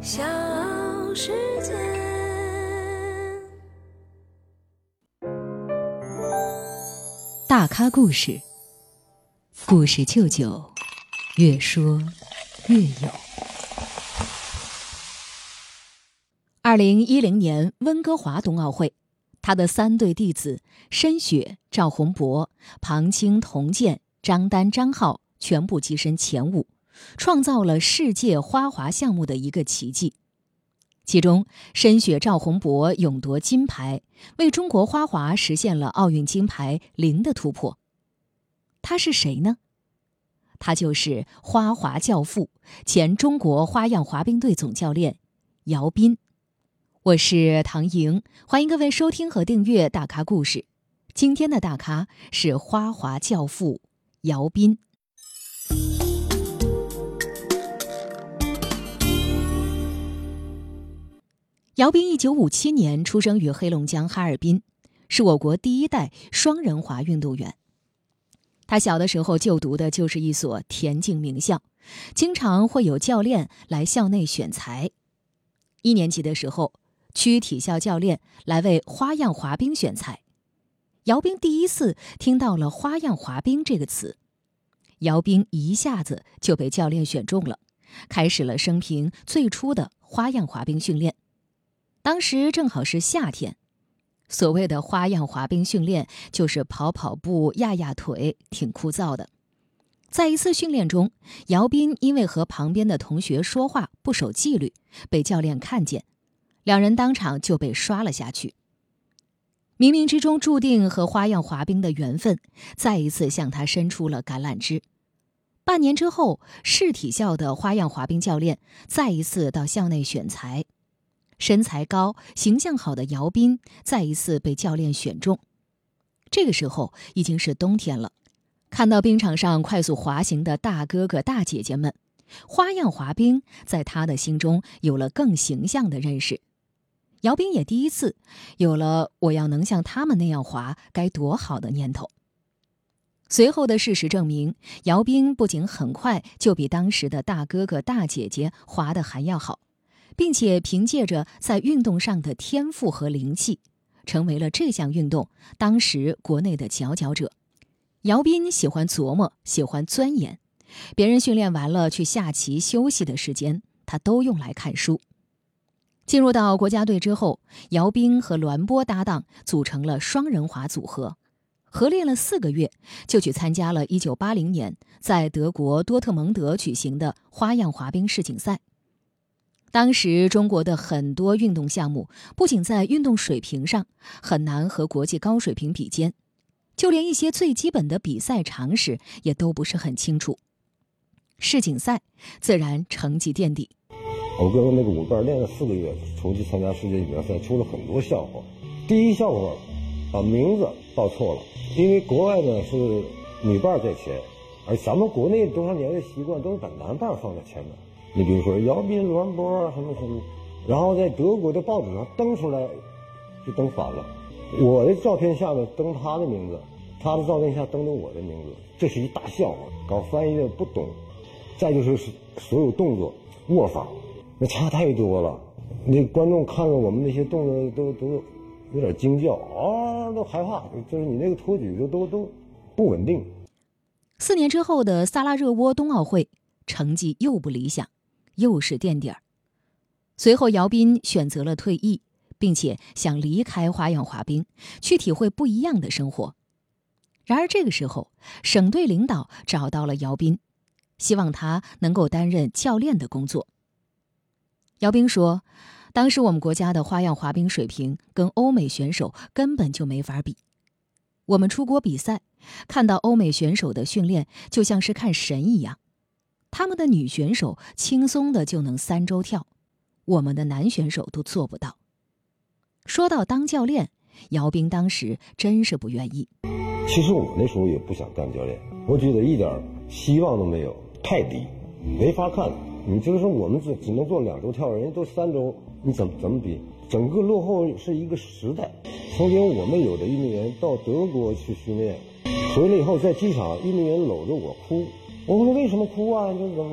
小世界。 大咖故事，故事舅舅，越说越有。2010年温哥华冬奥会，他的3对弟子申雪、赵宏博、庞清、童健、张丹、张浩全部跻身前5，创造了世界花滑项目的一个奇迹。其中，申雪、赵宏博勇夺金牌，为中国花滑实现了奥运金牌0的突破。他是谁呢？他就是花滑教父、前中国花样滑冰队总教练姚斌。我是唐莹，欢迎各位收听和订阅大咖故事。今天的大咖是花滑教父姚斌。姚斌1957年出生于黑龙江哈尔滨，是我国第1代双人滑运动员。他小的时候就读的就是一所田径名校，经常会有教练来校内选材。1年级的时候，区体校教练来为花样滑冰选材，姚斌第一次听到了花样滑冰这个词，姚斌一下子就被教练选中了，开始了生平最初的花样滑冰训练。当时正好是夏天，所谓的花样滑冰训练就是跑跑步、压压腿，挺枯燥的。在一次训练中，姚斌因为和旁边的同学说话不守纪律，被教练看见，两人当场就被刷了下去。冥冥之中注定和花样滑冰的缘分，再一次向他伸出了橄榄枝。半年之后，市体校的花样滑冰教练再一次到校内选材，身材高、形象好的姚斌再一次被教练选中。这个时候已经是冬天了，看到冰场上快速滑行的大哥哥大姐姐们，花样滑冰在他的心中有了更形象的认识。姚斌也第一次有了我要能像他们那样滑该多好的念头。随后的事实证明，姚斌不仅很快就比当时的大哥哥大姐姐滑得还要好，并且凭借着在运动上的天赋和灵气，成为了这项运动当时国内的佼佼者。姚斌喜欢琢磨，喜欢钻研，别人训练完了去下棋休息的时间，他都用来看书。进入到国家队之后，姚斌和栾波搭档组成了双人滑组合，合练了4个月，就去参加了1980年在德国多特蒙德举行的花样滑冰世锦赛。当时中国的很多运动项目不仅在运动水平上很难和国际高水平比肩，就连一些最基本的比赛常识也都不是很清楚。世锦赛自然成绩垫底。 我跟那个舞伴练了4个月，出去参加世界锦标赛，出了很多笑话。第一笑话，把名字报错了，因为国外呢是女伴在前，而咱们国内多少年的习惯都是把男伴放在前面。你比如说姚斌、栾波什么什么，然后在德国的报纸上登出来就登反了，我的照片下面登他的名字，他的照片下登的我的名字，这是一大笑话。搞翻译的不懂，再就是所有动作握法那差太多了，那观众看着我们那些动作都有点惊叫啊，都害怕，就是你那个托举都不稳定。 4年之后的萨拉热窝冬奥会，成绩又不理想，又是垫底儿。随后姚斌选择了退役，并且想离开花样滑冰，去体会不一样的生活。然而这个时候，省队领导找到了姚斌，希望他能够担任教练的工作。姚斌说，当时我们国家的花样滑冰水平跟欧美选手根本就没法比。我们出国比赛，看到欧美选手的训练就像是看神一样，他们的女选手轻松的就能3周跳，我们的男选手都做不到。说到当教练，姚斌当时真是不愿意。 其实我那时候也不想当教练，我觉得一点希望都没有，太低，没法看。你就是说我们只能做2周跳，人家都3周，你怎么比？整个落后是一个时代。曾经我们有的运动员到德国去训练，回来以后在机场，运动员搂着我哭。我说为什么哭啊？这怎么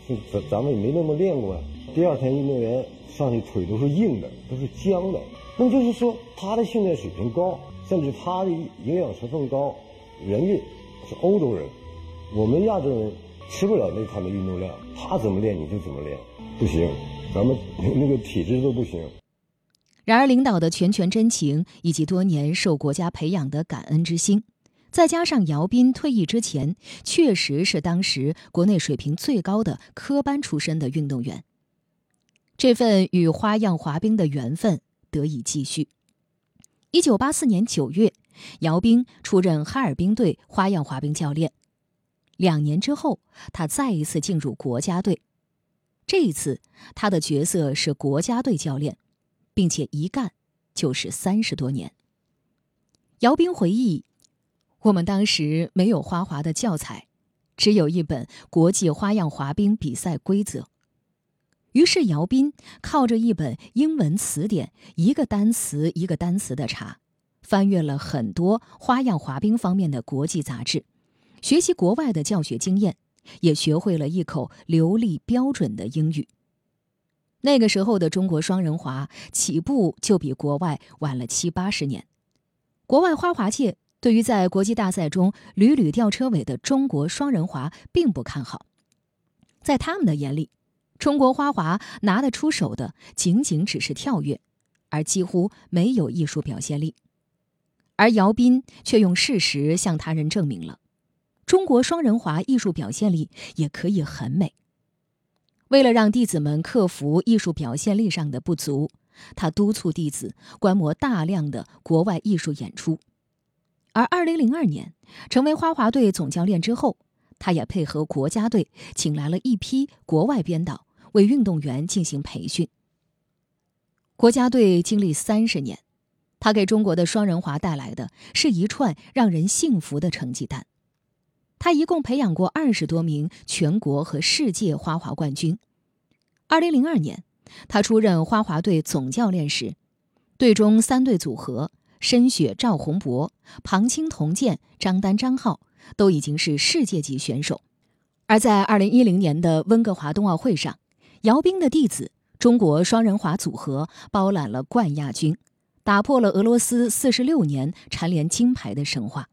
咱们也没那么练过呀。第二天运动员上去腿都是硬的，都是僵的，那么就是说他的训练水平高，甚至他的营养成分高，人家是欧洲人，我们亚洲人吃不了那他的运动量，他怎么练你就怎么练，不行，咱们那个体质都不行。 然而领导的拳拳真情以及多年受国家培养的感恩之心，再加上姚斌退役之前确实是当时国内水平最高的科班出身的运动员，这份与花样滑冰的缘分得以继续。1984年9月，姚斌出任哈尔滨队花样滑冰教练。2年之后，他再一次进入国家队。这一次，他的角色是国家队教练，并且一干就是30多年。姚斌回忆，我们当时没有花滑的教材，只有一本国际花样滑冰比赛规则。于是姚斌靠着一本英文词典，一个单词一个单词的查，翻阅了很多花样滑冰方面的国际杂志，学习国外的教学经验，也学会了一口流利标准的英语。那个时候的中国双人滑起步就比国外晚了70、80年。国外花滑界对于在国际大赛中屡屡吊车尾的中国双人滑并不看好，在他们的眼里，中国花滑拿得出手的仅仅只是跳跃，而几乎没有艺术表现力。而姚斌却用事实向他人证明了，中国双人滑艺术表现力也可以很美。为了让弟子们克服艺术表现力上的不足，他督促弟子观摩大量的国外艺术演出。而2002年成为花滑队总教练之后，他也配合国家队请来了一批国外编导，为运动员进行培训。国家队经历30年，他给中国的双人滑带来的是一串让人信服的成绩单。他一共培养过20多名全国和世界花滑冠军。2002年，他出任花滑队总教练时，队中3对组合申雪、赵宏博、庞青、童健、张丹、张浩都已经是世界级选手。而在2010年的温哥华冬奥会上，姚斌的弟子中国双人滑组合包揽了冠亚军，打破了俄罗斯46年蝉联金牌的神话。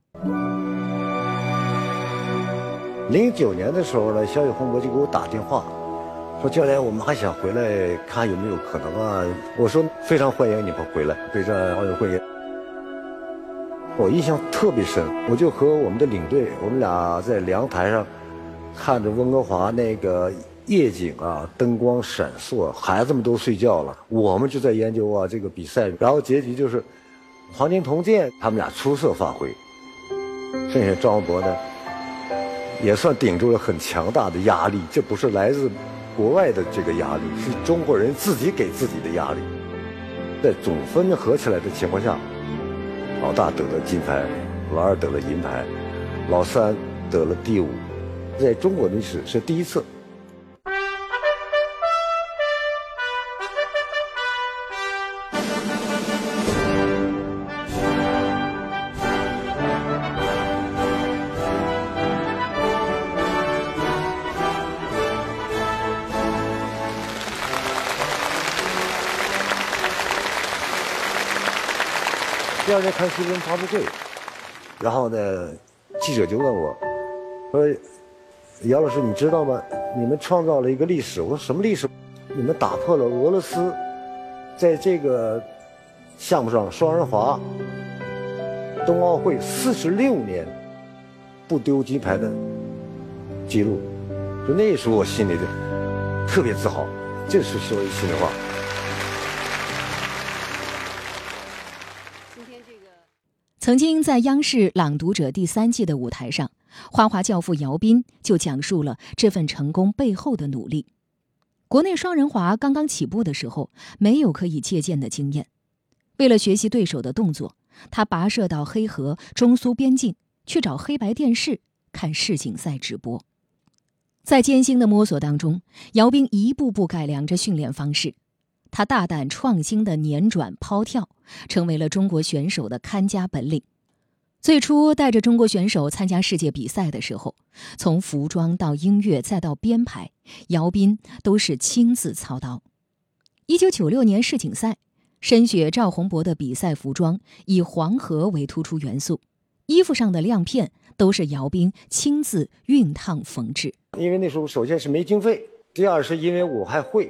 09年的时候呢，肖雪宏博就给我打电话，说教练，我们还想回来看有没有可能啊。我说非常欢迎你们回来备战奥运会。我印象特别深，我就和我们的领队，我们俩在凉台上看着温哥华那个夜景啊，灯光闪烁，孩子们都睡觉了，我们就在研究啊这个比赛。然后结局就是黄金、童健他们俩出色发挥，剩下张博呢也算顶住了很强大的压力，这不是来自国外的这个压力，是中国人自己给自己的压力。在总分合起来的情况下，老大得了金牌，老二得了银牌，老三得了第5，在中国历史是第一次。第2天看新闻发布会，然后呢，记者就问我，说：“姚老师，你知道吗？你们创造了一个历史。”我说：“什么历史？你们打破了俄罗斯在这个项目上双人滑冬奥会46年不丢金牌的记录。”就那时候我心里的特别自豪，这是说句心里话。 曾经在央视《朗读者》第3季的舞台上，花滑教父姚斌就讲述了这份成功背后的努力。国内双人滑刚刚起步的时候，没有可以借鉴的经验。为了学习对手的动作，他跋涉到黑河、中苏边境去找黑白电视看世锦赛直播。在艰辛的摸索当中，姚斌一步步改良着训练方式。他大胆创新的捻转抛跳成为了中国选手的看家本领。 最初带着中国选手参加世界比赛的时候，从服装到音乐再到编排，姚彬都是亲自操刀。1996年世锦赛，申雪、赵宏博的比赛服装以黄河为突出元素，衣服上的亮片都是姚彬亲自熨烫缝制。 因为那时候首先是没经费，第二是因为我还会，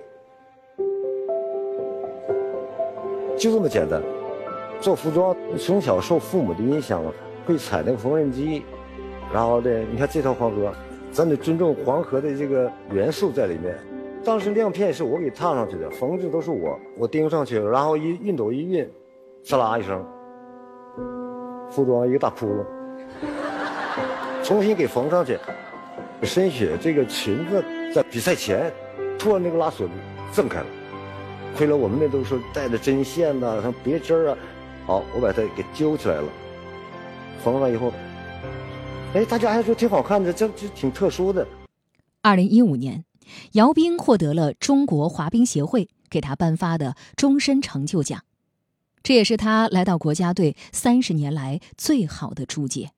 就这么简单。做服装从小受父母的影响，会踩那个缝纫机，然后呢，你看这条黄河，咱得尊重黄河的这个元素在里面。当时亮片是我给烫上去的，缝制都是我钉上去，然后熨斗一熨，呲啦一声，服装一个大窟窿，重新给缝上去。申雪这个裙子在比赛前突然那个拉锁挣开了，亏了我们那都是带着针线呐、什么别针啊，好，我把它给揪起来了，缝上以后，哎，大家还说挺好看的，这挺特殊的。 2015年，姚彬获得了中国滑冰协会给他颁发的终身成就奖，这也是他来到国家队30年来最好的注解。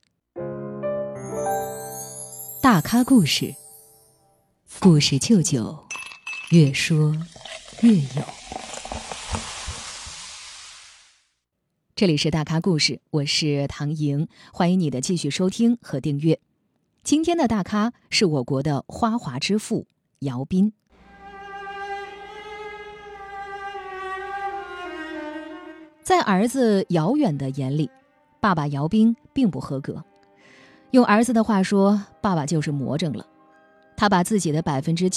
大咖故事，故事舅舅，越说越有。这里是大咖故事，我是唐莹，欢迎你的继续收听和订阅。今天的大咖是我国的花滑之父姚彬。在儿子姚远的眼里，爸爸姚彬并不合格。用儿子的话说，爸爸就是魔怔了。他把自己的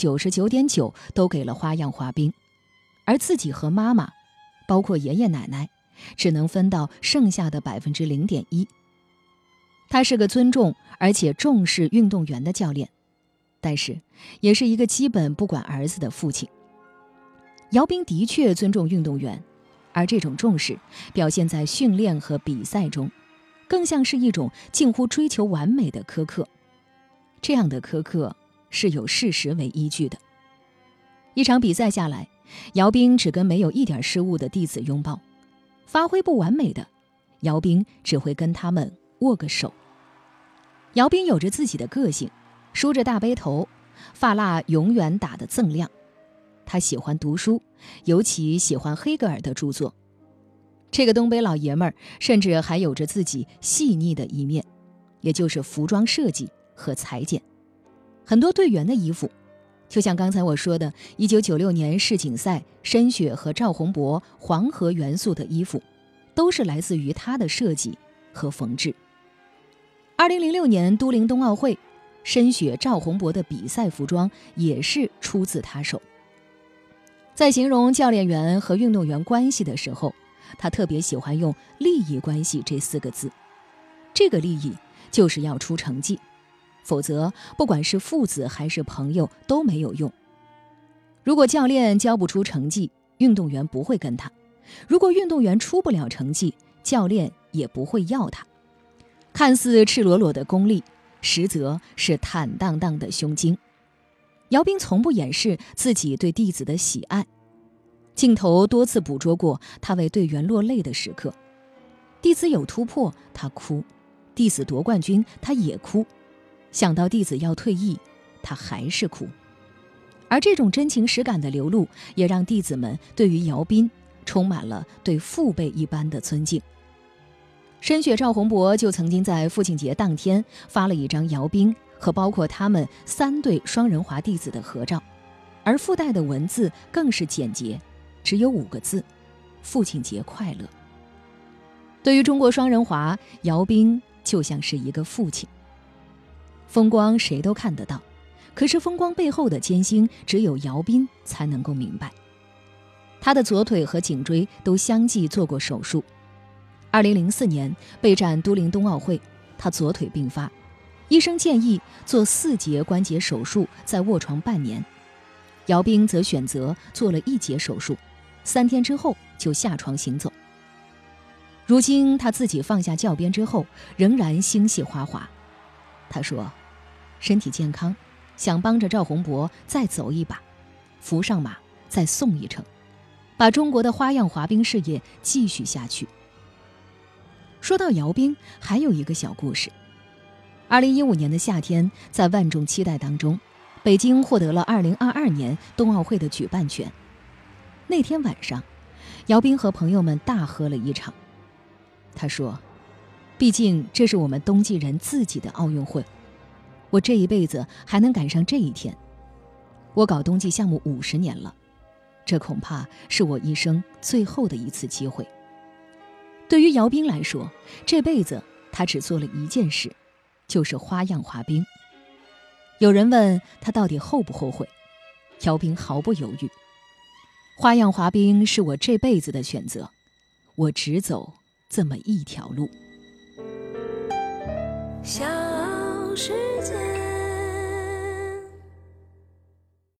99.9%都给了花样滑冰，而自己和妈妈，包括爷爷奶奶，只能分到剩下的0.1%。他是个尊重而且重视运动员的教练，但是也是一个基本不管儿子的父亲。姚彬的确尊重运动员，而这种重视表现在训练和比赛中，更像是一种近乎追求完美的苛刻。这样的苛刻是有事实为依据的。一场比赛下来，姚彬只跟没有一点失误的弟子拥抱，发挥不完美的，姚彬只会跟他们握个手。姚彬有着自己的个性，梳着大背头，发蜡永远打得锃亮。他喜欢读书，尤其喜欢黑格尔的著作。这个东北老爷们儿甚至还有着自己细腻的一面，也就是服装设计和裁剪。很多队员的衣服，就像刚才我说的1996年世锦赛申雪和赵宏博黄河元素的衣服，都是来自于他的设计和缝制。2006年都灵冬奥会，申雪、赵宏博的比赛服装也是出自他手。在形容教练员和运动员关系的时候，他特别喜欢用利益关系这4个字。这个利益就是要出成绩，否则不管是父子还是朋友都没有用。如果教练交不出成绩，运动员不会跟他；如果运动员出不了成绩，教练也不会要他。看似赤裸裸的功利，实则是坦荡荡的胸襟。姚彬从不掩饰自己对弟子的喜爱，镜头多次捕捉过他为队员落泪的时刻。弟子有突破，他哭；弟子夺冠军，他也哭；想到弟子要退役，他还是哭。而这种真情实感的流露，也让弟子们对于姚彬充满了对父辈一般的尊敬。申雪、赵宏博就曾经在父亲节当天发了一张姚彬和包括他们3对双人滑弟子的合照，而附带的文字更是简洁，只有5个字：父亲节快乐。对于中国双人滑，姚彬就像是一个父亲。风光谁都看得到，可是风光背后的艰辛，只有姚彬才能够明白。他的左腿和颈椎都相继做过手术。2004年备战都灵冬奥会，他左腿病发，医生建议做4节关节手术，再卧床半年。姚彬则选择做了1节手术，3天之后就下床行走。如今他自己放下教鞭之后，仍然心系花滑。他说，身体健康，想帮着赵宏博再走一把，扶上马再送一程，把中国的花样滑冰事业继续下去。 说到姚兵，还有一个小故事。2015年的夏天，在万众期待当中，北京获得了2022年冬奥会的举办权。那天晚上，姚兵和朋友们大喝了一场。他说，毕竟这是我们冬季人自己的奥运会，我这一辈子还能赶上这一天。我搞冬季项目50年了，这恐怕是我一生最后的一次机会。对于姚兵来说，这辈子他只做了一件事，就是花样滑冰。有人问他到底后不后悔，姚兵毫不犹豫，花样滑冰是我这辈子的选择，我只走这么一条路。 小世界。